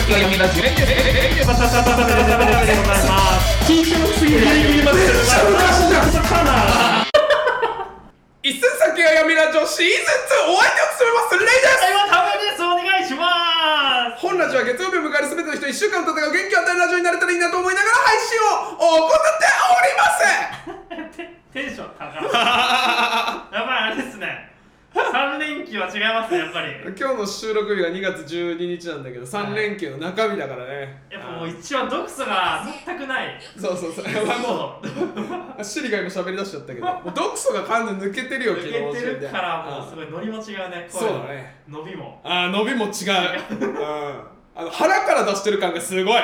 崎が読みラジオバタバタバタバタバタでございます。緊張すぎるギリギリまででございます。 一寸先が読みラジオシーズン2お相手を務めますレイです。 タメです。お願いします。 本ラジオは月曜日を迎える全ての人1週間の戦う元気を与えるラジオになれたらいいなと思いながら配信を行っております。 テンション高い。やばい、あれですね。3連休は違いますね、やっぱり。 今日の収録日が2月12日なんだけど3連休の中日だからね。 やっぱもう一番毒素が全くない。 そうもうシリが今喋り出しちゃったけどもう毒素が完全に抜けてるよ。 抜けてるからもうすごいノリも違うね。 そうだね。 伸びも伸びも違う。腹から出してる感がすごい。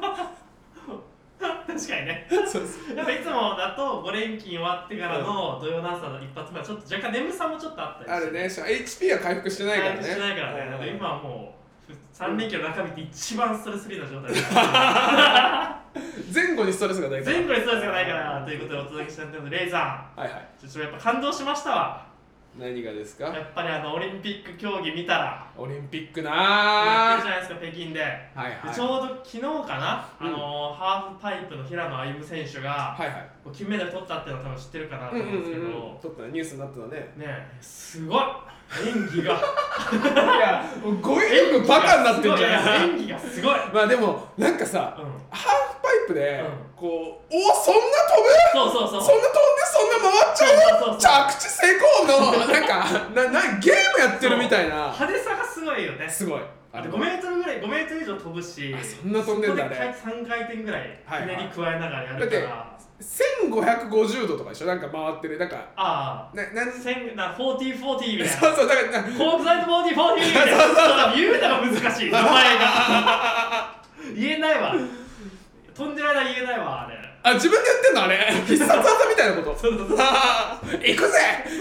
確かにね。 そうやっぱいつもだと5連勤終わってからの土曜の朝の一発目はちょっと若干眠さもちょっとあったりして、 あるね。HP は回復してないからね。 回復してないからね。今はもう3連休の中日って一番ストレスフリーな状態です。 前後にストレスがないから。 前後にストレスがないからということでお届けしたんですけど、レイさん。 はいはい。 ちょっとやっぱ感動しましたわ。 何がですか？ やっぱりオリンピック競技見たらオリンピックなやってるじゃないですか、北京で。 はいはい。 でちょうど昨日かな、ハーフパイプの平野歩夢選手が、 はいはい、 金メダル取ったっていうのを多分知ってるかなと思うんですけど、 取ったニュースになってたね。 ね、すごい演技がいや、語彙力バカになってんじゃん。 演技がすごい。 まあでもなんかさ、ハーフパイプで、こうそんな飛ぶ？ そうそんな飛んでそんな回っちゃう？着地成功のなんかゲームやってるみたいな。 派手さがすごいよね。すごい。5メートルぐらい、5メートル以上飛ぶし、 そんな飛んでんだね。 3回転ぐらいひねり加えながらやるから。 1550度とかでしょ、なんか回ってる、なんか 4040みたいな。 そうだからフォークサイド4040みたいな。言うのが難しい、名前が。言えないわ。飛んでる間言えないわ、あれ。 自分でやってんのあれ必殺技みたいなこと。 そう行くぜ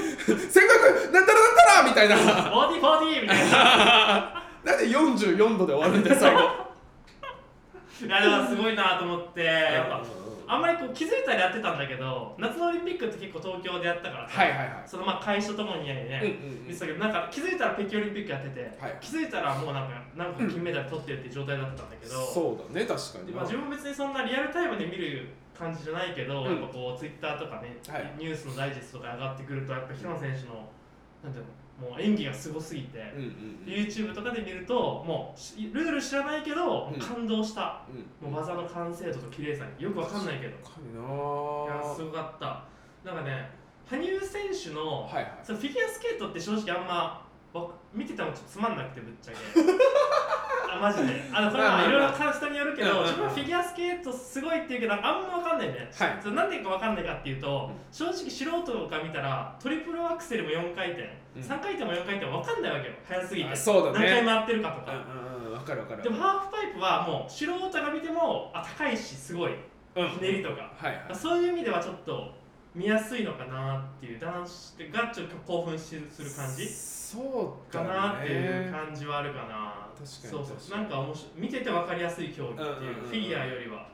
1500なんたらなんたらみたいな。 4040みたいな。 なんで44度で終わるんだよ最後。 いやだからすごいなと思って、やっぱあんまりこう気づいたらやってたんだけど、夏のオリンピックって結構東京でやったからさ、その開始とともにね、見てたけど、なんか気づいたら北京オリンピックやってて、気づいたらもうなんか何個金メダル取ってるっていう状態だったんだけど、 そうだね、確かに。 自分も別にそんなリアルタイムで見る感じじゃないけど、やっぱこうツイッターとかね、ニュースのダイジェストとか上がってくると、やっぱ平野選手のなんていうの、もう演技がすごすぎて、YouTube とかで見るともうルール知らないけど、感動した、もう技の完成度と綺麗さによくわかんないけど、いやすごかった。なんかね、羽生選手の、そのフィギュアスケートって正直あんま見ててもちょっとつまんなくて、ぶっちゃけマジでこれはいろいろ人によるけど、自分はフィギュアスケートすごいって言うけどあんまわかんないね。なんでかわかんないかっていうと、正直素人が見たらトリプルアクセルも4回転、3回転も4回転もわかんないわけよ、早すぎて。何回回ってるかとか。 わかるわかる。 でもハーフパイプはもう素人が見ても高いし、すごいひねりとか、そういう意味ではちょっと見やすいのかなっていう、男子がちょっと興奮する感じそうかなっていう感じはあるかな。 確かに。 そうなんか見てて分かりやすい競技っていう、フィギュアよりは。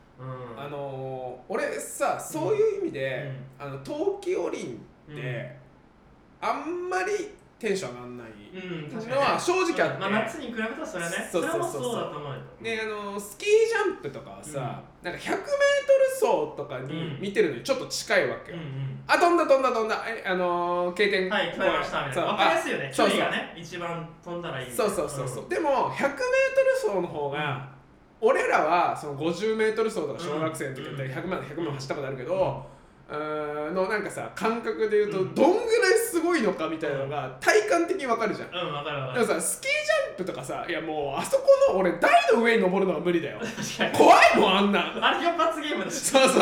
俺さ、そういう意味で冬季五輪ってあんまりテンション上がんないのは正直あって、 夏に比べたらそれはね、それもそうだと思うよ。 でスキージャンプとかはさ、なんか 100m 走とかに見てるのにちょっと近いわけよ。飛んだ経験聞こえましたみたいな。分かりやすいよね、距離がね、一番飛んだらいい。 そうでも 100m 走の方が、俺らはその 50m 走とか小学生の時だったら100万走ったことあるけど、なんかさ、感覚で言うとどんぐらいすごいのかみたいなのが体感的に分かるじゃん。 分かる。 でもさ、スキージャンプとかさ、いやもうあそこの俺台の上に登るのは無理だよ。怖いもんあんな。 あれが罰ゲームだし。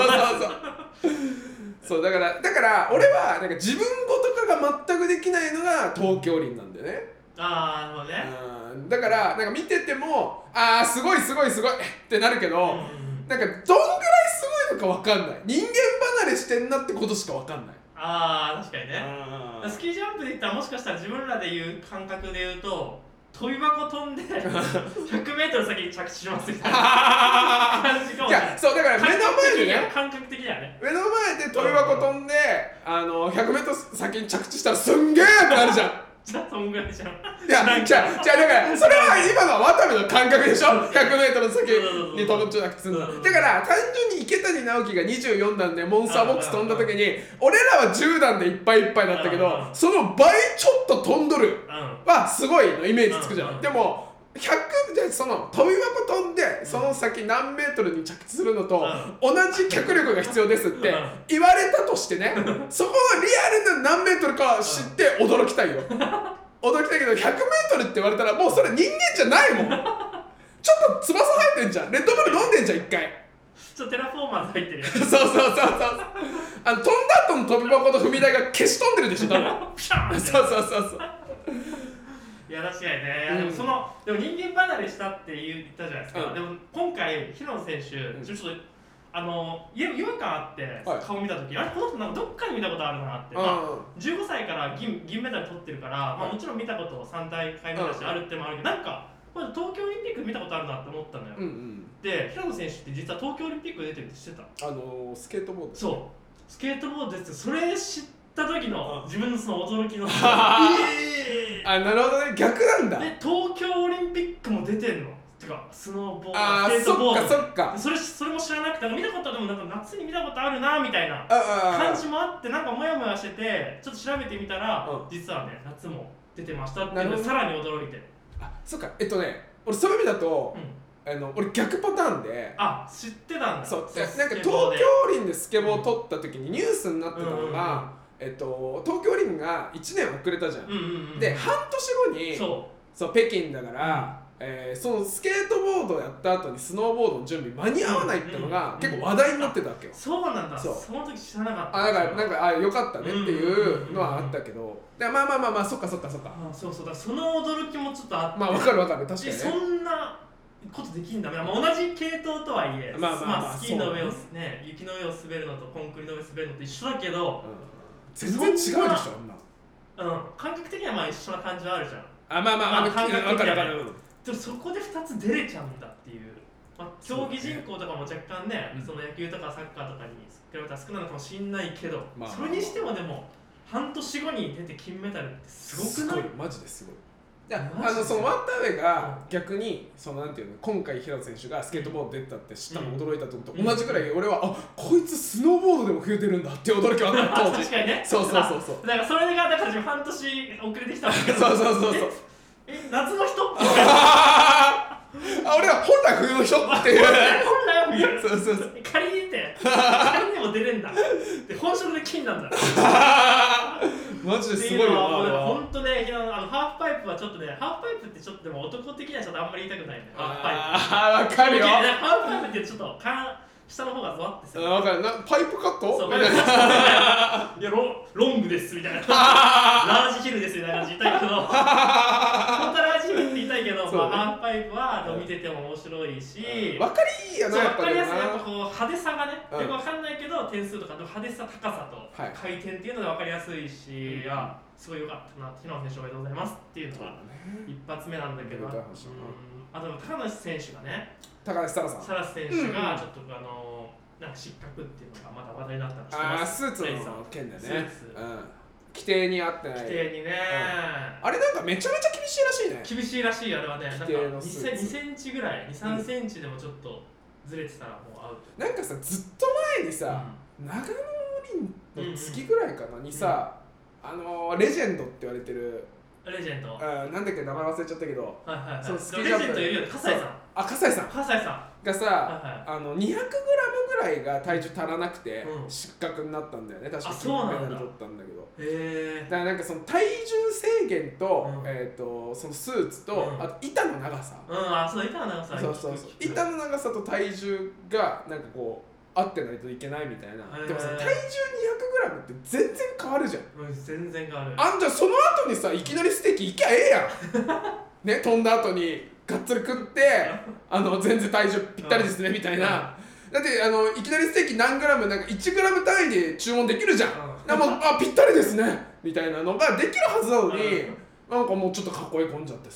そうだから俺はなんか自分ごとかが全くできないのが冬季五輪なんだよね。 なるほどね。 だからなんか見ててもすごいってなるけど、なんかどんぐらいすごいのか分かんない。人間離れしてんなってことしか分かんない。 確かにね。スキージャンプで言ったらもしかしたら自分らで言う感覚で言うと、飛び箱飛んで 100m 先に着地しますみたいな感じかもしれない。 そうだから目の前でね、 感覚的にはね、 目の前で飛び箱飛んで100m 先に着地したらすんげーってなるじゃん。 じゃあそんぐらいじゃん。 いや、じゃあだからそれは今のは渡部の感覚でしょ。100m の先に飛ぶんじゃなくて済んだ。だから単純に池谷直樹が24段でモンスターボックス飛んだ時に俺らは10段でいっぱいいっぱいだったけど、その倍ちょっと飛んどるはすごいのイメージつくじゃない。でも100でその飛び箱飛んでその先何メートルに着地するのと同じ脚力が必要ですって言われたとしてね、そこのリアルな何メートルか知って驚きたいよ。驚きたいけど100メートルって言われたらもうそれ人間じゃないもん。ちょっと翼生えてんじゃん。レッドブル飲んでんじゃん一回。 ちょっとテラフォーマーズ入ってるよ。 そう飛んだ後の飛び箱と踏み台が消し飛んでるでしょ多分。そういや確かにね、でもでも人間離れしたって言ったじゃないですか、でも今回平野選手、ちょっと違和感あって、顔見た時、あれこの人なんかどっかに見たことあるなって、15歳から銀メダル取ってるから、もちろん見たこと3大会目だしあるってもあるけど、なんか東京オリンピック見たことあるなって思ったのよ。で平野選手って実は東京オリンピック出てるって知ってた？ スケートボード。 そうスケートボードです。それ知った時の自分のその驚きのなるほどね、逆なんだ。 で東京オリンピックも出てんのてかスノーボードスケートボードそっかそれも知らなくて見たことでもなんか夏に見たことあるなみたいな感じもあって、なんかモヤモヤしててちょっと調べてみたら、実はね夏も出てましたっていうのでさらに驚いて。 そっか俺そういう意味だと、俺逆パターンで知ってたんだ。 そうなんか東京オリンでスケボー取った時にニュースになってたのが、東京オリンが1年遅れたじゃん。で半年後にそう北京だから、そのスケートボードをやった後にスノーボードの準備間に合わないってのが結構話題になってたわけよ。 そうなんだ。その時知らなかった。 だからなんかよかったねっていうのはあったけど、まあそっか。そうだその驚きもちょっとあって、 まあわかる確かにね。 そんなことできんだね。同じ系統とはいえ、スキーの上をね、雪の上を滑るのとコンクリの上を滑るのと一緒だけど、 全然違うでしょあんな。 感覚的には一緒な感じはあるじゃん。 感覚的にはでもそこで2つ出れちゃうんだっていう、競技人口とかも若干ね、その野球とかサッカーとかに比べたら少ないのかもしれないけど、それにしてもでも半年後に出て金メダルってすごくない？ マジですごい。その渡部が逆になんていうの、今回平野選手がスケートボード出たって知ったの驚いたとと同じくらい俺はこいつスノーボードでも増えてるんだって驚きはあった当時。 確かにね。 そうだからそれが半年遅れてきたわけ。 そう夏の人俺は本来冬の人っていう。 本来は冬。 そう仮にも出れんだ。で本職で金なんだ。 マジですごいよな。 本当ね、ハーフパイプはちょっとね、ハーフパイプってちょっとでも男的にはちょっとあんまり言いたくないね。ハーフパイプ。 わかるよ。 ハーフパイプってちょっと下の方がゾワッてする。 わかる。パイプカット？ そう、パイプカット。いやロングですみたいな。ラージヒルですみたいな感じ言いたいけど、本当はラージヒルって言いたいけど、ハーフパイプは見てても面白いし、 わかりいいよね。 わかりやすい。やっぱ派手さがね、よくわかんないけど点数とかの派手さ、高さと回転っていうのでわかりやすいし、すごい良かったな。平野選手おめでとうございますっていうのが一発目なんだけど、あと高梨選手がね、 高梨沙羅選手がちょっとなんか失格っていうのがまた話題になったの知ってます？ スーツの件だね。規定に合ってない。 規定にね、 あれなんかめちゃめちゃ厳しいらしいね。 厳しいらしいあれはね。なんか2センチぐらい、2、3センチでもちょっとずれてたらもうアウト。 なんかさ、ずっと前にさ、長野オリンの次ぐらいかなにさ、レジェンドって言われてるレジェンド、 なんだっけ、名前忘れちゃったけど、 そのスキージャンプレジェンドいるよね、葛西さん。 葛西さんがさ、200g ぐらいが体重足らなくて失格になったんだよね。確か金メダル取ったんだけど。だからなんかその体重制限と、そのスーツと、あと板の長さ。 そう、板の長さ。 板の長さと体重がなんかこう合ってないといけないみたいな。でもさ、体重 200g って全然変わるじゃん。 全然変わる。 じゃあその後にさ、いきなりステーキいきゃええやんね、飛んだ後にがっつり食って全然体重ぴったりですねみたいな。だっていきなりステーキ何グラム、なんか1グラム単位で注文できるじゃん。でもぴったりですねみたいなのができるはずなのに、なんかもうちょっと囲い込んじゃってさ、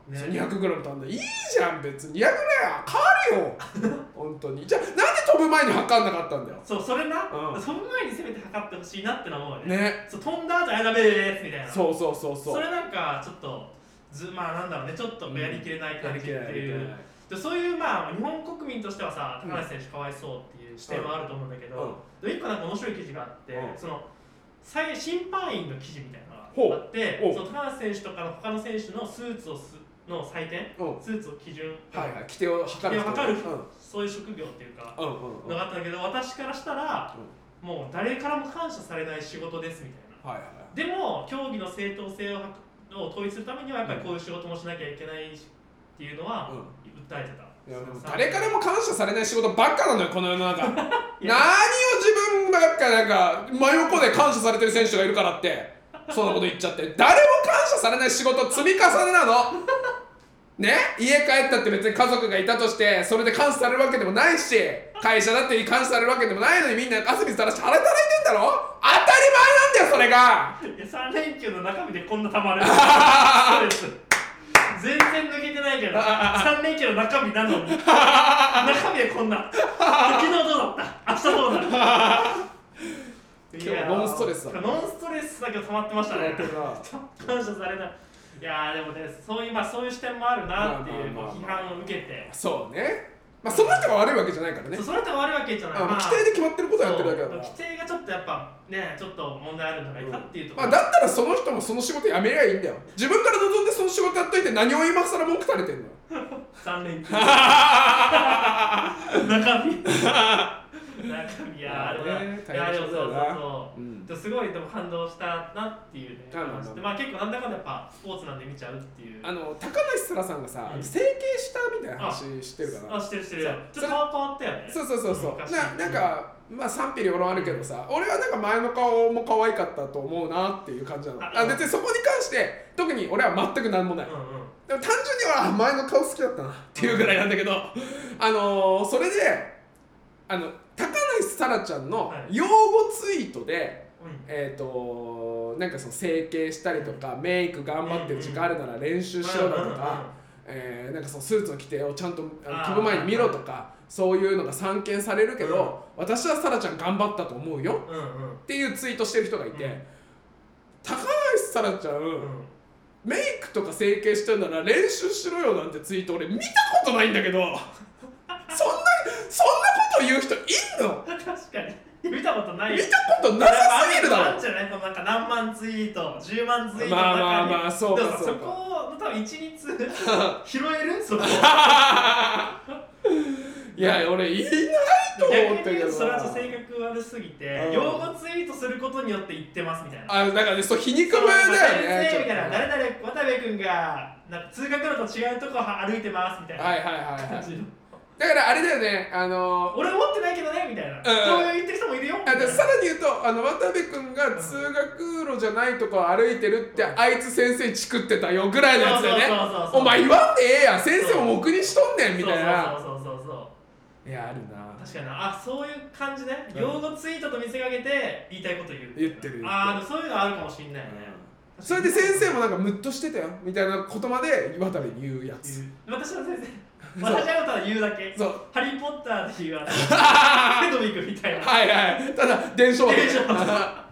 ね、200g 飛んだいいじゃん別に200ぐらいは変わるよ本当にじゃあなんで飛ぶ前に測んなかったんだよそれな、飛ぶ前にせめて測ってほしいなってのは思うね飛んだ後やべえみたいなそうそれなんかちょっとまあなんだろうねちょっとやりきれない感じっていう、そういうまあ日本国民としてはさ高梨選手かわいそうっていう視点はあると思うんだけど、一個なんか面白い記事があって、その審判員の記事みたいなのがあって、その高梨選手とかの他の選手のスーツの採点、スーツを基準、 規定を測る、 そういう職業っていうかのがあったんだけど、私からしたら、もう誰からも感謝されない仕事ですみたいな、でも競技の正当性を統一するためにはやっぱりこういう仕事もしなきゃいけないっていうのは訴えてた。 いやでも誰からも感謝されない仕事ばっかなのよこの世の中何を自分ばっかなんか真横で感謝されてる選手がいるからってそんなこと言っちゃって誰も感謝されない仕事積み重ねなのね、家帰ったって別に家族がいたとしてそれで感謝されるわけでもないし会社だって感謝されるわけでもないのにみんな汗水垂らして働いてんだろ当たり前なんだよそれが 3連休の中身でこんなたまるストレス全然抜けてないけど3連休の中身なのに中身でこんな昨日どうだった明日どうなる今日ノンストレスだノンストレスだけど溜まってましたね感謝されないいやでもねそういう視点もあるなっていう批判を受けてそうねまあその人が悪いわけじゃないからねその人が悪いわけじゃない規定で決まってることをやってるだけだから規定がちょっとやっぱねちょっと問題あるんじゃないかっていうところ、 まあだったらその人もその仕事やめりゃいいんだよ自分から望んでその仕事やっといて何を今更文句されてんの 3連休中身いやあれはそうすごいでも感動したなっていうねまあ結構なんだかんだやっぱスポーツなんで見ちゃうっていう高梨沙羅さんがさ整形したみたいな話知ってるかな知ってるちょっと顔変わったよねそうなんかまあ賛否両論あるけどさ俺はなんか前の顔も可愛かったと思うなっていう感じなの別にそこに関して特に俺は全く何もないでも単純には前の顔好きだったなっていうぐらいなんだけどそれで高梨沙羅ちゃんの擁護ツイートで、なんかその整形したりとかメイク頑張ってる時間あるなら練習しろだとかなんかそのスーツの規定をちゃんと飛ぶ前に見ろとかそういうのが散見されるけど、私は沙羅ちゃん頑張ったと思うよっていうツイートしてる人がいて、高梨沙羅ちゃん、メイクとか整形してるなら練習しろよなんてツイート俺見たことないんだけどそんなこと言う人いんの？ 確かに見たことない見たことなさすぎるだろ。 あるんじゃない？なんか何万ツイート10万ツイートの中にまあそうかそこの多分一日拾える？そこいや俺いないと思ったけどそれは性格悪すぎて用語ツイートすることによって言ってますみたいなだからねそう皮肉部だよね先生みたいな誰々渡部君がなんか通学路と違うとこ歩いてますみたいな感じのだからあれだよね俺思ってないけどねみたいなそう言ってる人もいるよさらに言うと渡部君が通学路じゃないとこ歩いてるってあいつ先生チクってたよぐらいのやつだよねお前言わんでええやん先生も黙にしとんねんみたいないやあるな確かになそういう感じね用語ツイートと見せかけて言いたいこと言ってるそういうのあるかもしんないねそれで先生もなんかムッとしてたよみたいなことまで渡部に言うやつ私は先生私はただ言うだけハリーポッターっていうヘドウィグみたいなただ伝承袋ですみたい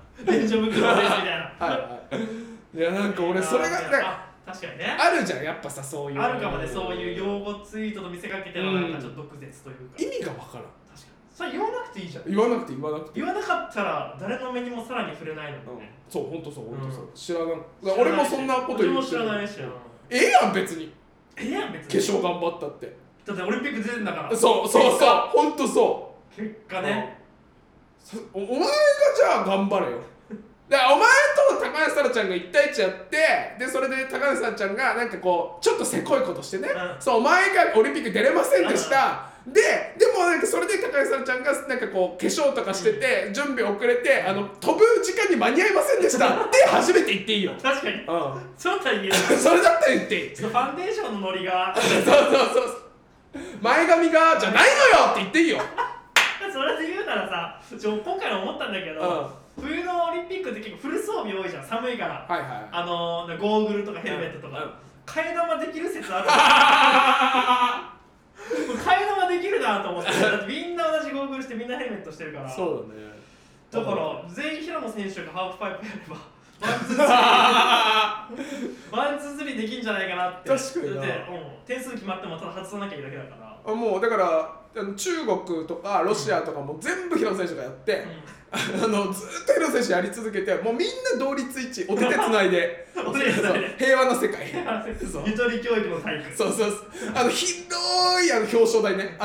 ないやなんか俺それが確かにねあるじゃんやっぱさそういうあるかもねそういう用語ツイートと見せかけてのなんかちょっと毒舌というか意味がわからん確かにそれ言わなくていいじゃん言わなくて言わなかったら誰の目にもさらに触れないのねそうほんとそう知らない俺もそんなこと言って知らないしやん別に化粧頑張ったってだってオリンピック出てんだからそうほんとそう結果ねお前がじゃあ頑張れよでお前と高梨沙羅ちゃんが1対1やってでそれで高梨沙羅ちゃんがなんかこうちょっとせこいことしてね、そうお前がオリンピック出れませんでした、でもなんかそれで高梨沙羅ちゃんがなんかこう化粧とかしてて、準備遅れて飛ぶ時間に間に合いませんでしたって初めて言っていいよ確かに、そうだったら言えるそれだったら言っていいファンデーションのノリがそう前髪がじゃないのよって言っていいよそれで言うならさ今回思ったんだけど、冬のオリンピックって結構フル装備多いじゃん寒いから、ゴーグルとかヘルメットとか、 替え玉できる説ある替え玉できるなと思ってだってみんな同じゴーグルしてみんなヘルメットしてるからそうだねだから全員平野選手がハーフパイプやればワンツースリーできんじゃないかなって確かにな点数決まってもただ外さなきゃいいだけだからもうだから中国とかロシアとかも全部平野選手がやって、ずっと平野選手やり続けてもうみんな同率一致お手手つないで平和な世界ゆとり教育の体育そう広い表彰台ね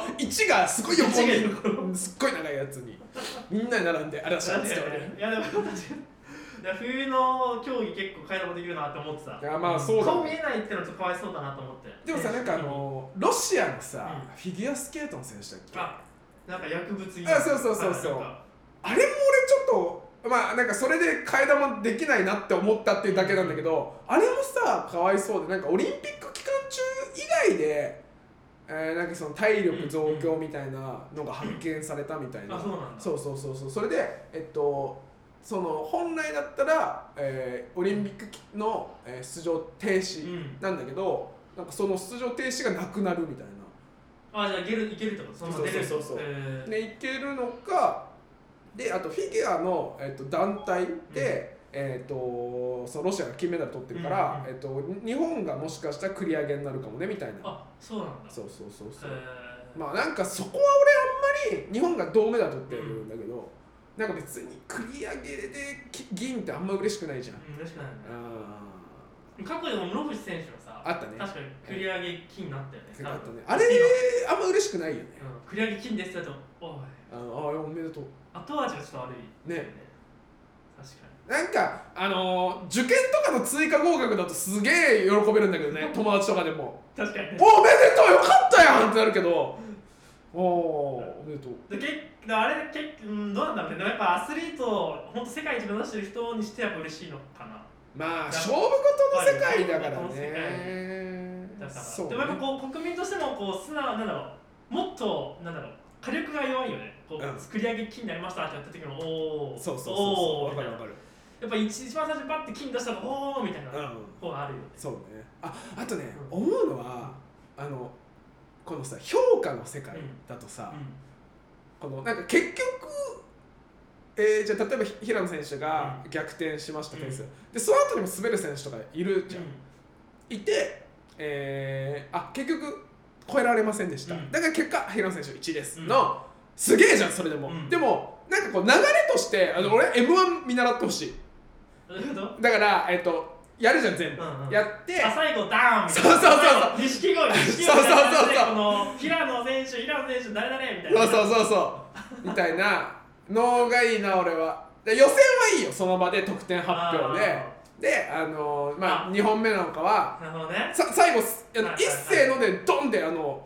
1がすごい横にすっごい長いやつにみんなに並んであれだしゃっていやでも冬の競技結構替え玉できるなって思ってた。 いやまあそうだ、ね、 顔見えないってのはちょっとかわいそうだなと思って。 でもさなんかロシアのさ、フィギュアスケートの選手だっけ？ なんか薬物そうあれも俺ちょっとまあなんかそれで替え玉できないなって思ったっていうだけなんだけど、あれもさかわいそうでなんかオリンピック期間中以外でなんかその体力増強みたいなのが発見されたみたいな。そうそれでその本来だったら、オリンピックの、出場停止なんだけど、なんかその出場停止がなくなるみたいな。 じゃあいけるってこと？ そうでいけるのかであとフィギュアの、団体で、そのロシアが金メダル取ってるから、日本がもしかしたら繰り上げになるかもねみたいな。 そうなんだ。 そうまあなんかそこは俺あんまり日本が銅メダル取ってるんだけど、なんか別に繰り上げで銀ってあんま嬉しくないじゃん。 嬉しくないね。過去でも室伏選手はさあったね。 確かに繰り上げ金になったよね。 あったね。あれあんま嬉しくないよね。 繰り上げ金ですって言うとおめでとう。 後味がちょっと悪いね。 確かに。 なんか受験とかの追加合格だとすげえ喜べるんだけどね友達とかでも確かにね。 おめでとうよかったやんってなるけどおめでとう。 あれどうなんだろうね。でもやっぱアスリート本当世界一目指してる人にしてやっぱ嬉しいのかな。 まあ勝負事の世界だからね。 そうでもやっぱこう国民としてもこう素直なんだろうもっとなんだろう火力が弱いよね。こう作り上げ金になりましたってやった時のそう分かるやっぱ一番最初にバッて金出したらおーみたいな方があるよね。 そうね。あとね思うのはこのさ評価の世界だとさ、このなんか結局じゃあ例えば平野選手が逆転しました点数、でその後にも滑る選手とかいるじゃん、いて、結局超えられませんでした、だから結果平野選手1位ですの、すげえじゃんそれでも、でもなんかこう流れとして俺 M1 見習ってほしい。だからやるじゃん全部、やって最後ダーンみたいな。そう錦鯉この平野選手誰みたいな。 そうみたいなのがいいな俺は。予選はいいよその場で得点発表でまあ2本目なんかは最後一斉のでドンで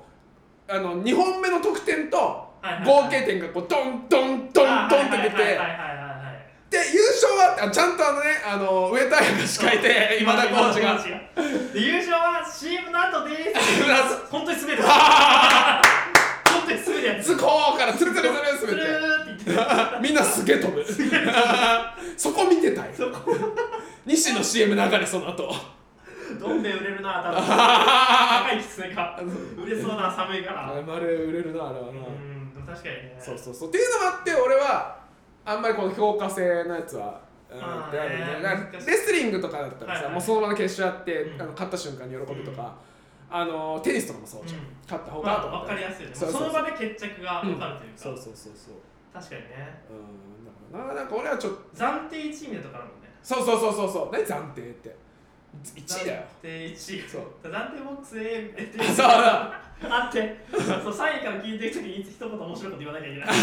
2本目の得点と合計点がこうドンドンドンドンって出て。で優勝はちゃんと上田彩が司会で今田コーチがで優勝は CM の後でーす本当に滑る本当に滑るやつズコーからツルツルツル滑ってみんなすげえ飛ぶそこ見てたい西の CM 流れその後どん兵衛売れるな多分高いキツネが売れそうな寒いからあれ売れるなあれはな確かにねそうっていうのもあって俺はあんまりこの評価制のやつはレスリングとかだったらさ、もうそのまま決勝やって勝った瞬間に喜ぶとか、テニスとかもそうじゃん、勝った方がとか分かりやすいよね。その場で決着が分かるというか、 そう確かにね。 なんか俺はちょっと暫定1位みたいなとこあるもんね。 そう何暫定って1位だよ。 暫定1位。 そう暫定ボックス A ってそうだあって3位から聞いてる時に一言面白いこと言わなきゃいけない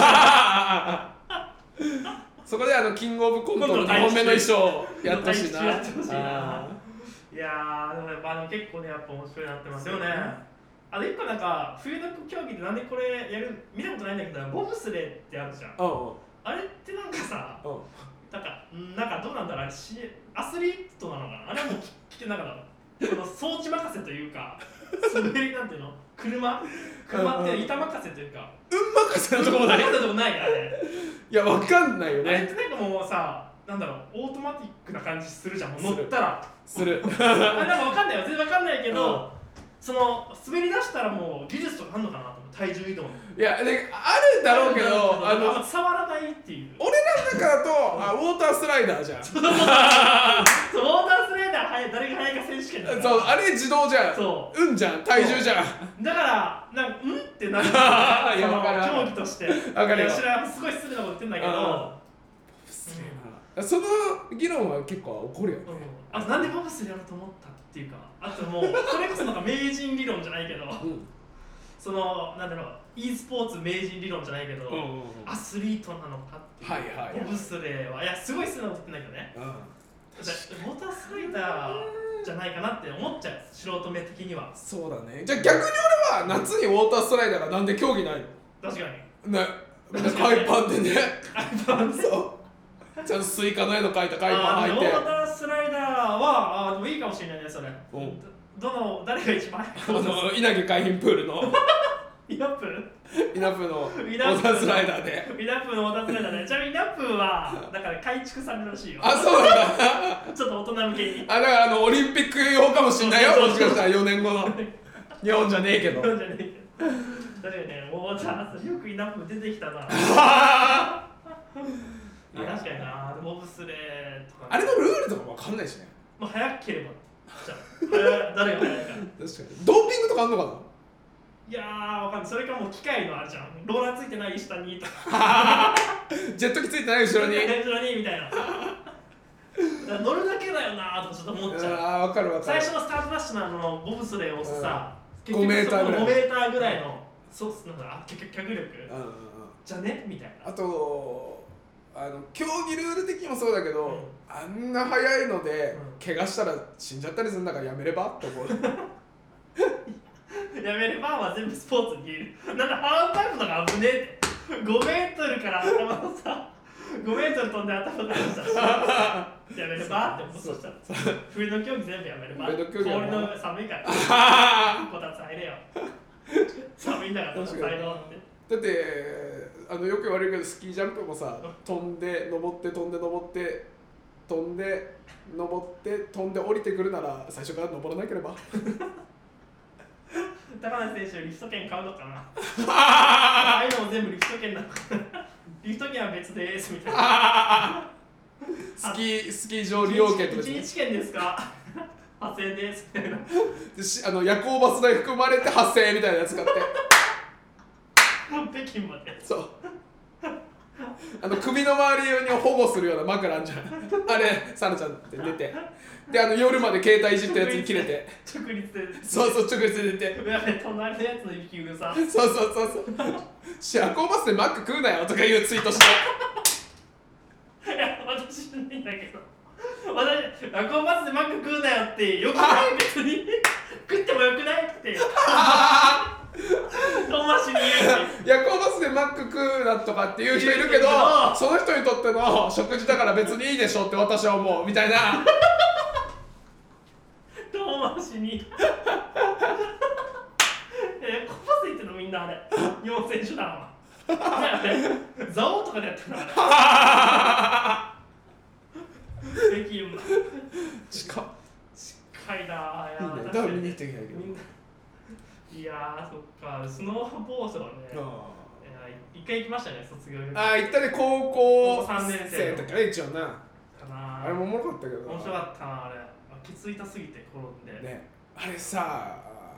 そこでキングオブコントの2本目の衣装やってほしいな。 いやーでも結構ねやっぱ面白いなってますよね。1個なんか冬の競技でなんでこれやる見たことないんだけどボブスレーってあるじゃん。あれってなんかさなんかどうなんだろうアスリートなのかなあれはもう聞けなかったこの装置任せというか滑りなんていうの車って板任せというか任せのとこもない。 任せのとこないあれ。 いやわかんないよね。 あれってなんかもうさなんだろう、オートマティックな感じするじゃん、もう乗ったらするなんか分かんないよ、全然分かんないけど、その滑り出したらもう技術とかあんのかなと思う、体重移動の。 いやであるだろうけど、 触らないっていう。 俺らの中だとウォータースライダーじゃん。 そうウォータースライダー誰が速いか選手権だから。 そう、あれ自動じゃん。 そううんじゃん、体重じゃん。 だからなんかうんってなるいや分かる、 競技として。 分かるよ。 いやすごい失礼なこと言ってんだけど、 その議論は結構起こるよね。 あとなんでボブスやろうと思ったっていうか、あともうそれこそなんか名人理論じゃないけど、そのなんだろう、e スポーツ名人理論じゃないけど、アスリートなのかっていう、ボブスレーは、いやすごい失礼なこと言ってんだけどね、ウォータースライダーじゃないかなって思っちゃう、素人目的には。 そうだね。じゃあ逆に俺は夏にウォータースライダーがなんで競技ないの？ 確かにね、海パンでね。 海パンでそう、ちゃんとスイカの絵の描いた海パン履いて。 ウォータースライダーはでもいいかもしれないね、それ。誰が一番稲毛海浜プールのイナップのウォータースライダーで。 イナップのウォータースライダーで、ちなみにイナップはだから改築されるらしいよ。 あ、そうなんだ。 ちょっと大人向けに。 だからオリンピック用かもしんないよ、もしかしたら4年後の。日本じゃねえけど。 日本じゃねえけど。だけどね、ウォーターよくイナップ出てきたな。確かにな、ボブスレーとか。 あれのルールとかも分かんないしね。 まあ早ければ。誰が早いか。確かに。 ドーピングとかあんのかな。 いやー、わかんない。それかもう機械のあるじゃん。ローラーついてない下にとか。 ジェット機ついてない後ろに。 後ろにみたいな。乗るだけだよなーとちょっと思っちゃう。 ああ、わかるわかる。 最初のスタートダッシュのボブスレーをさ、 5メーターぐらい。 5メーターぐらいの、なんか脚力じゃねみたいな。 あと、競技ルール的にもそうだけど、あんな速いので、怪我したら死んじゃったりするんだからやめればって思う。 やめればは全部スポーツに言える。なんだハーフパイプとか危ねえって。5メートルから頭のさ、5メートル飛んで頭からしたらやめればって思う。そしたら冬の競技全部やめれば。氷の寒いからこたつ入れよ。寒いんだからこたつ入ろうって。 だってよく言われるけど、スキージャンプもさ、飛んで登って飛んで登って飛んで登って飛んで降りてくるなら最初から登らなければ。 高梨選手リフト券買うのかな。ああいうのも全部リフト券なのかな。リフト券は別ですみたいな。 スキー場利用券とか 1日券ですか。8000円ですみたいな。 夜行バス代含まれて8000円みたいなやつ買って。 北京まで。 そう。首の周りに保護するような枕あんじゃん。あれ、サラちゃんって出て。で、夜まで携帯いじったやつに切れて。 直立で。 そうそう、直立で出て。 隣のやつの息うるさ。 そう。夜行バスでマック食うなよとかいうツイートして。 いや、私じゃないんだけど。夜行バスでマック食うなよってよくない別に。食ってもよくないって。遠回しに言う。夜行バスでマック食うなとかっていう人いるけど、その人にとっての食事だから別にいいでしょって私は思うみたいな。 遠回しに。コパス行ってんのみんなあれ。日本選手団は。ザオとかでやってるのあれ。北京も。近いなぁ。 いいね。だから見に行ってきたけど。 いやー、そっか、スノーボードはね、一回行きましたね、卒業旅行。 行ったね、高校 3年生の時ね、一応な。あれもおもろかったけど。 面白かったな、あれ。きついたすぎて、転んで。 ね、あれさ、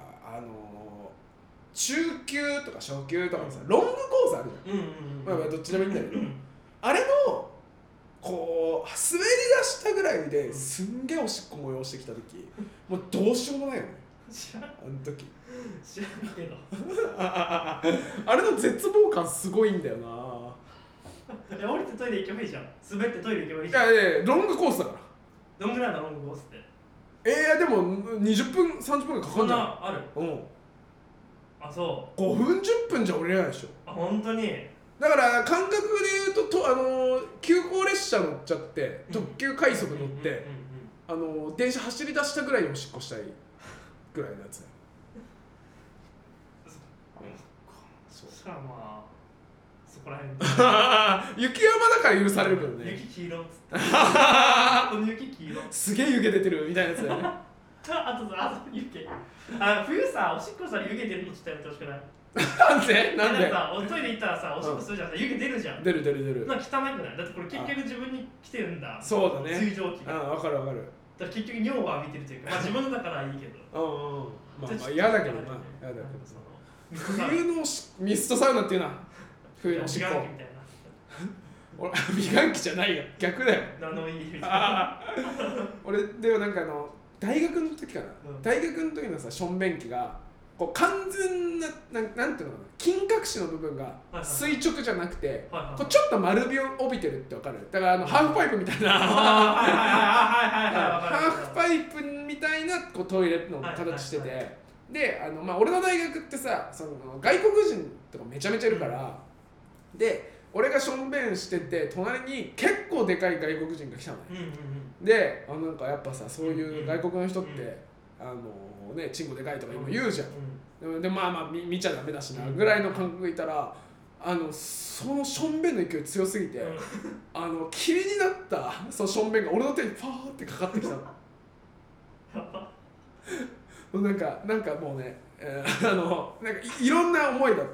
中級とか初級とかさ、ロングコースあるじゃん。まあどっちでもいいんだけど、あれの、こう、滑り出したぐらいですんげえおしっこ催してきた時、もうどうしようもないよね。 知らん。 あの時。 知らんけど。 あれの絶望感すごいんだよな。 降りてトイレ行けばいいじゃん。滑ってトイレ行けばいいじゃん。 いや、ロングコースだから。 どんぐらいなの、ロングコースって。 でも20分、30分かかんじゃん。 ある。あ、そう。 5分、10分じゃ降りれないでしょ。 あ、本当に。 だから感覚で言うと、急行列車乗っちゃって、特急快速乗って、電車走り出したぐらいにおしっこしたいぐらいのやつだよ。 そしたらまあそこら辺雪山だから許されるけどね。 雪黄色っつってこの雪黄色すげえ湯気出てるみたいなやつだよね。 あと湯気冬さおしっこしたら湯気出るのちょっとやめてほしくない？ なんでさトイレ行ったらさおしっこするじゃん、湯気出るじゃん。 出るなんか汚くない？だってこれ結局自分に来てるんだ。 そうだね。 水蒸気が。 わかる。だから結局尿を浴びてるというか、まあ自分だからいいけど。 まあ嫌だけどな。嫌だけどさ。冬のミストサウナっていうな。冬のおしっこ。俺美顔器じゃないよ。逆だよ。 ナノイーみたいな。 俺でもなんか大学の時かな。大学の時のさしょんべん器がこう完全ななんていうのかな、筋隠しの部分が垂直じゃなくて、こうちょっと丸みを帯びてるってわかる？だからハーフパイプみたいなハーフパイプみたいなこうトイレの形してて、でまあ俺の大学ってさその外国人とかめちゃめちゃいるから、で俺がしょんべんしてて隣に結構でかい外国人が来たのね。でなんかやっぱさそういう外国の人ってね、チンコでかいとか今言うじゃん、でまあ見ちゃダメだしなぐらいの感覚いたらそのしょんべんの勢い強すぎて霧になったそのしょんべんが俺の手にパーってかかってきたのなんかもうね、なんかいろんな思いだった。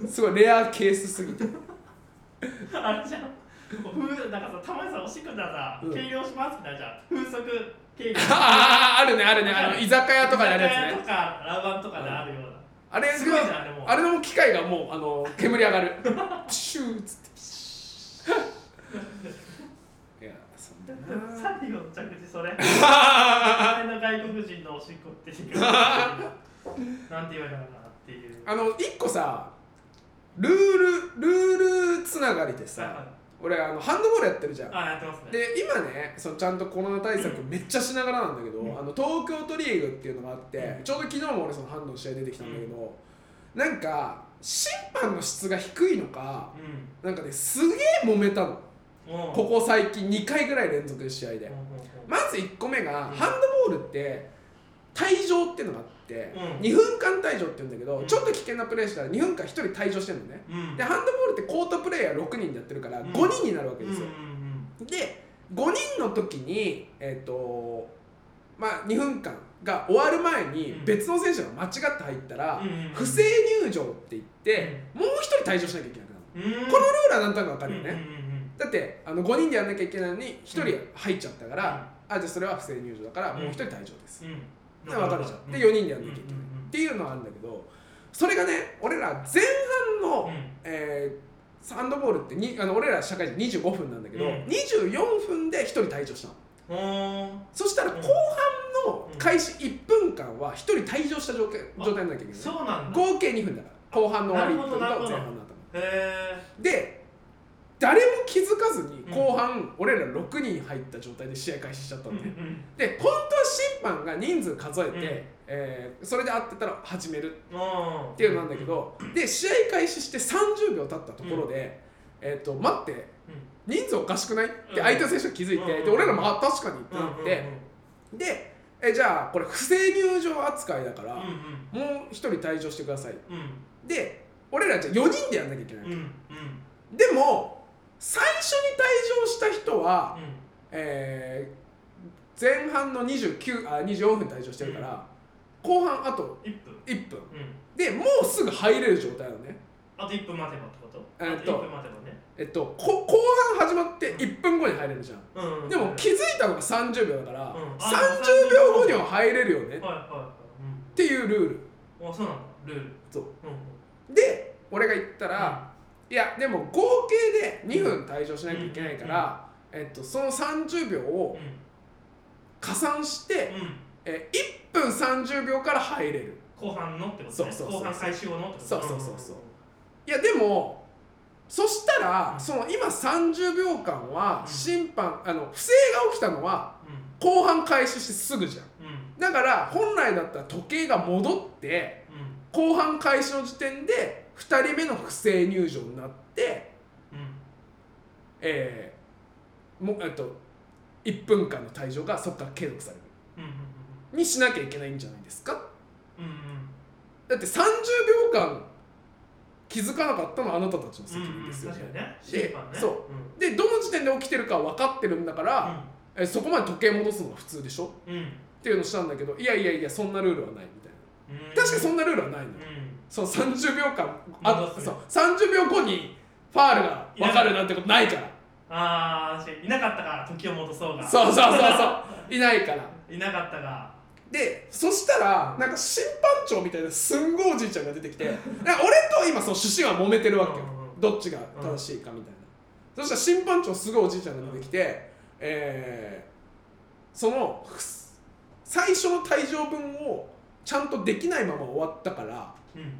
すごいレアケースすぎてあれじゃんなんかさたまにさおしっこださ計量しますみたいなじゃん、風速あるね居酒屋とかであるやつね。 居酒屋とかラバンとかであるような、 あれすごいじゃん。あれの機械がもう煙上がるプシューっつっていやそんな最後の着地それあれの外国人のおしっこってなんて言われたのかなっていう一個さルールつながりでさ、俺ハンドボールやってるじゃん。 やってますね。 で今ねちゃんとコロナ対策めっちゃしながらなんだけど、東京都リーグっていうのがあって、ちょうど昨日も俺そのハンドの試合出てきたんだけど、なんか審判の質が低いのか、なんかねすげえ揉めたの、ここ最近2回ぐらい連続で試合で。まず1個目が、ハンドボールって退場っていうのがあって、2分間退場って言うんだけど、ちょっと危険なプレーしたら2分間1人退場してるのね、でハンドボールってコートプレーヤー6人でやってるから5人になるわけですよ、で5人の時にまあ2分間が終わる前に別の選手が間違って入ったら不正入場って言ってもう1人退場しなきゃいけなくなる。このルールはなんとなく分かるよね。だって5人でやんなきゃいけないのに1人入っちゃったから、じゃあそれは不正入場だからもう1人退場です、分かるじゃん。で4人でやんなきゃいけないっていうのはあるんだけど、それがね俺ら前半のハンドボールって俺ら社会人25分なんだけど、24分で1人退場したの。そしたら後半の開始1分間は1人退場した状態にならなきゃいけない。 そうなんだ。 合計2分だから後半の終わり1分と前半の頭で誰も気づかずに後半俺ら6人入った状態で試合開始しちゃったんで、で本当は審判が人数数えて、それで合ってたら始めるっていうのなんだけど、で試合開始して30秒経ったところで、待って人数おかしくないって相手の選手が気づいて、で俺らも確かにってなって、でじゃあこれ不正入場扱いだからもう1人退場してください、で俺らじゃあ4人でやんなきゃいけない、でも最初に退場した人は、前半の24分退場してるから、後半あと1分、でもうすぐ入れる状態なのね。 あと1分待てばってこと？あと1分待てばね。 後半始まって1分後に入れるじゃん、でも気づいたのが30秒だから、30秒後には入れるよねっていうルール。 あ、そうなんだ、ルール。 そう、で俺が言ったら、いやでも合計で2分退場しなきゃいけないから、その30秒を加算して、1分30秒から入れる。 後半のってことね。後半開始後のってこと。 そういやでもそしたら、その今30秒間は審判不正が起きたのは後半開始してすぐじゃん、だから本来だったら時計が戻って、後半開始の時点で2人目の不正入場になって、1分間の退場がそこから継続される、にしなきゃいけないんじゃないですか、だって30秒間気づかなかったのはあなたたちの責任ですよね。で、そう、でどの時点で起きてるか分かってるんだから、そこまで時計戻すのが普通でしょ、っていうのをしたんだけど、いやそんなルールはないみたいな。確かにそんなルールはないのよ。そう30秒間そう30秒後にファールが分かるなんてことないから。 確かにいなかったから時を戻そうが。 そういないから。 いなかったが。でそしたらなんか審判長みたいなすんごいおじいちゃんが出てきて、俺と今その主審は揉めてるわけよ、どっちが正しいかみたいな。そしたら審判長すごいおじいちゃんが出てきて、その最初の退場分をちゃんとできないまま終わったから、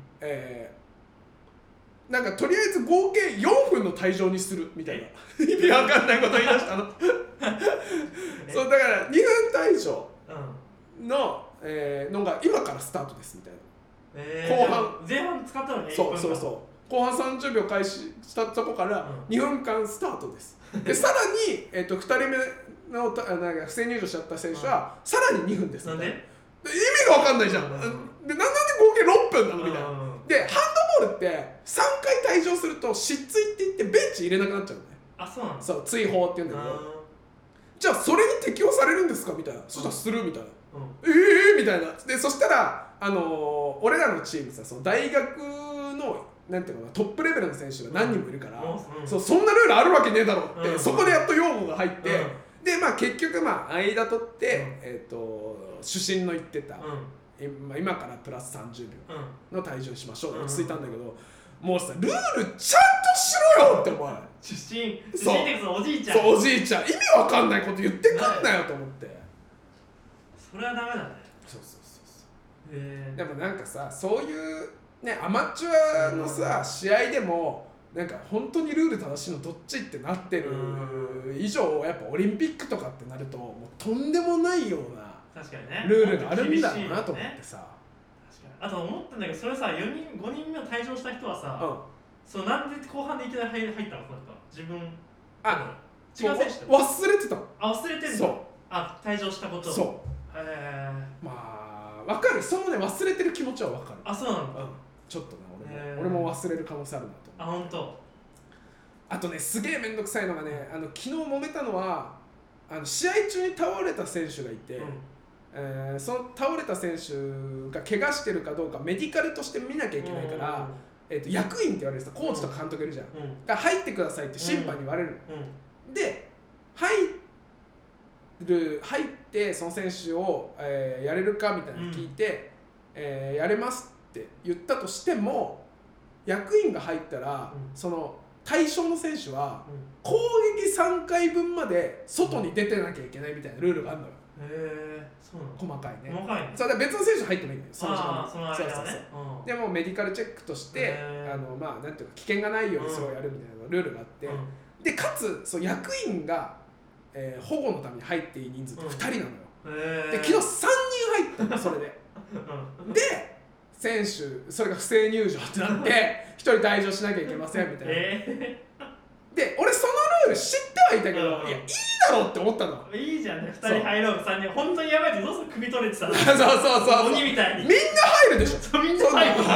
なんかとりあえず合計4分の退場にするみたいな意味わかんないこと言い出したのそうだから2分退場の、のが今からスタートですみたいな、後半前半使ったのね。 そう後半30秒開始したとこから2分間スタートですでさらに、2人目のなんか不正入場しちゃった選手はさらに2分ですみたいな。意味が分かんないじゃん。でなんで合計6分なのみたいな。でハンドボールって3回退場すると失墜って言ってベンチ入れなくなっちゃうのね。 そうなの。 そう追放って言うんだけど、じゃあそれに適用されるんですかみたいな。そしたらするみたいな。みたいな。でそしたら俺らのチームさ、その大学のなんていうのかな、トップレベルの選手が何人もいるから、そんなルールあるわけねえだろって、そこでやっと用語が入って、で結局間取って、主審の言ってた、今からプラス30秒の退場にしましょう、落ち着いたんだけど、もうさルールちゃんとしろよってお前。 主審ってそのおじいちゃん。 そうおじいちゃん、意味わかんないこと言ってくんなよと思って。 それはダメだね。 そうでもなんかさ、そういうねアマチュアのさ試合でもなんか本当にルール正しいのどっちってなってる以上、やっぱオリンピックとかってなるともうとんでもないようなルールがあるんだろうなと思ってさ。 あと思ったんだけど、それさ5人目を退場した人はさ、そうなんで後半でいきなり入ったの？自分違う選手忘れてたの。 忘れてるの。退場したことを。 分かる、そのね忘れてる気持ちは分かる。 そうなんだ。 ちょっとね俺も忘れる可能性あるなと。 本当。あとねすげえめんどくさいのがね、昨日揉めたのは試合中に倒れた選手がいて、その倒れた選手が怪我してるかどうかメディカルとして見なきゃいけないから、役員って言われるさ、コーチとか監督いるじゃん、が入ってくださいって審判に言われる、で入ってその選手を、やれるかみたいなの聞いて、やれますって言ったとしても、役員が入ったら、その対象の選手は攻撃3回分まで外に出てなきゃいけないみたいなルールがあるのよ。 そうなの。 細かいね。 そうだ別の選手入ってもいいんだよ、その時間に。 その間ね。 でもメディカルチェックとしてなんていうか危険がないようにそれをやるみたいなルールがあって、でかつそう役員が保護のために入っていい人数って2人なのよ。で昨日3人入ったのそれで。で選手それが不正入場ってなって1人退場しなきゃいけませんみたいな。で俺そのルール知ってはいたけど、いやいいだろって思ったの。 いいじゃんね、2人入ろう3人本当にやばいってどうする、首取れてたの。 そう鬼みたいにみんな入るでしょ。 みんな入る観客も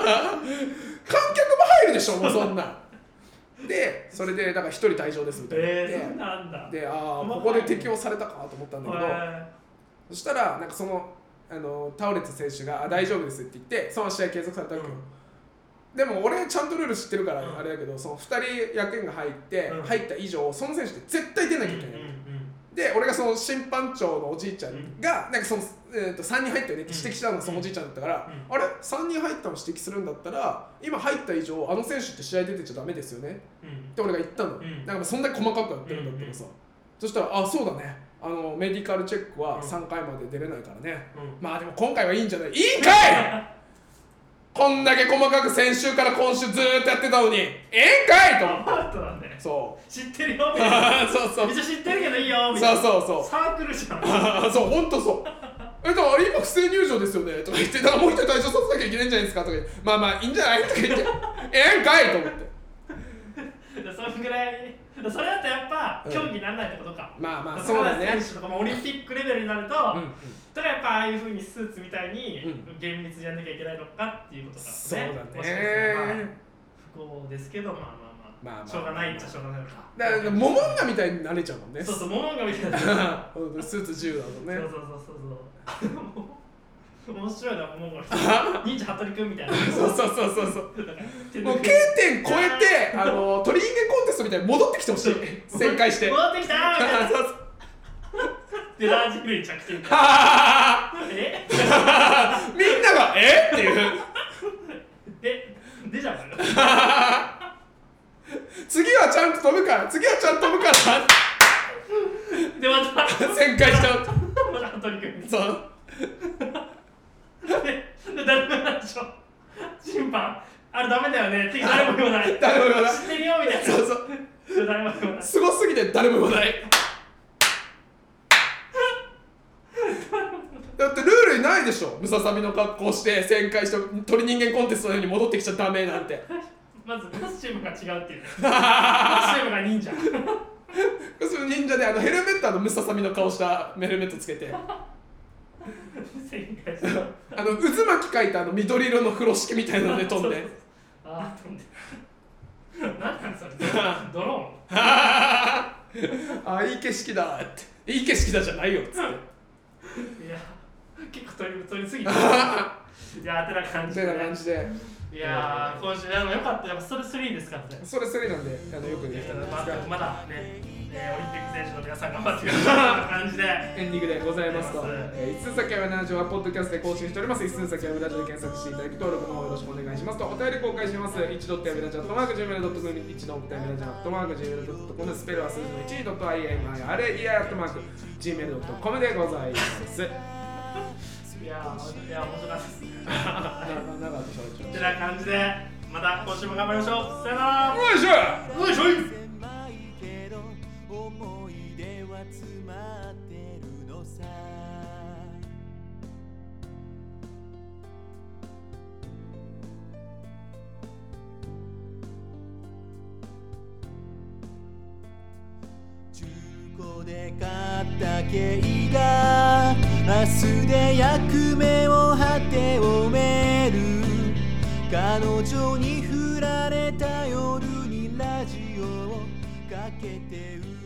入るでしょもうそんな。でそれでだから1人退場ですみたいな。 そうなんだ。 でここで適用されたかと思ったんだけど、そしたらなんかその倒れた選手が大丈夫ですって言ってその試合継続されたわけよ。でも俺ちゃんとルール知ってるからあれだけど、その2人役員が入った以上その選手って絶対出なきゃいけない。で俺がその審判長のおじいちゃんがなんかその、3人入ったよねって指摘したのがそのおじいちゃんだったから、あれ3人入ったの指摘するんだったら今入った以上選手って試合出てちゃダメですよねって俺が言ったの。なんかそんなに細かくやってるんだったらさ、そしたらそうだね、メディカルチェックは3回まで出れないからね、まあでも今回はいいんじゃない。いいんかいこんだけ細かく先週から今週ずーっとやってたのにええんかいと思って。そう知ってるよ。 そうめっちゃ知ってるけどいいよみたいな。 そうサークルじゃん。 そう本当そう。だから今不正入場ですよねとか言って、だからもう一人退場させなきゃいけないんじゃないですかとか言って、まあいいんじゃないとか言ってええんかいと思って。 それぐらいそれだとやっぱ競技にならないってことか。 まあそうだね。 選手とかもオリンピックレベルになると、だからやっぱああいう風にスーツみたいに厳密にやんなきゃいけないのかっていうことかね。 そうだね。 不幸ですけど、しょうがないっちゃしょうがないか。 だからモモンガみたいになれちゃうもんね。 そうそう、モモンガみたいな。 スーツ自由だもんね。 そう面白いな、モモンガ。忍者ハトリくんみたいな。 そう。もう K 点超えて鳥人間コンテストみたいに戻ってきてほしい。旋回して。 戻ってきたーみたいな。でラージヒルに着地みたいな。え？ みんながっていう。 でじゃん。 次はちゃんと飛ぶから。でまた旋回しちゃう。 またハトリくん。 そう。 で誰も言わないでしょ。審判あれダメだよねって誰も言わない。知ってるよみたいな。 そう誰も言わない。 すごすぎて誰も言わない。だってルールにないでしょ。ムササビの格好して旋回して鳥人間コンテストのように戻ってきちゃダメなんて。 まずコスチュームが違うっていうね。コスチュームが忍者。 忍者でヘルメットムササビの顔したヘルメットつけて。 旋回して渦巻き描いた緑色の風呂敷みたいなので飛んで。 飛んで。何なんそれ。ドローン。いい景色だって。いい景色だじゃないよっつって。いや結構取りすぎて。いやてな感じで。いや今週良かった。やっぱストレス3ですからね。 ストレス3なんでよくできたんですが、 まだね、オリンピック選手の皆さん頑張ってくださいという感じでエンディングでございますと、一寸先はラジオはポッドキャストで更新しております。一寸先はラジオで検索していただき登録の方よろしくお願いしますと、お便り公開します。1.yamiradio@gmail.com 1.yamiradio@gmail.com スペルは数字の 1.imira@gmail.com でございます。 いや面白かったですね。 ってな感じでまた今週も頑張りましょう。さよなら。 よいしょよいしょ。 で買った軽が明日で役目を果てをめる。彼女に振られた夜にラジオをかけて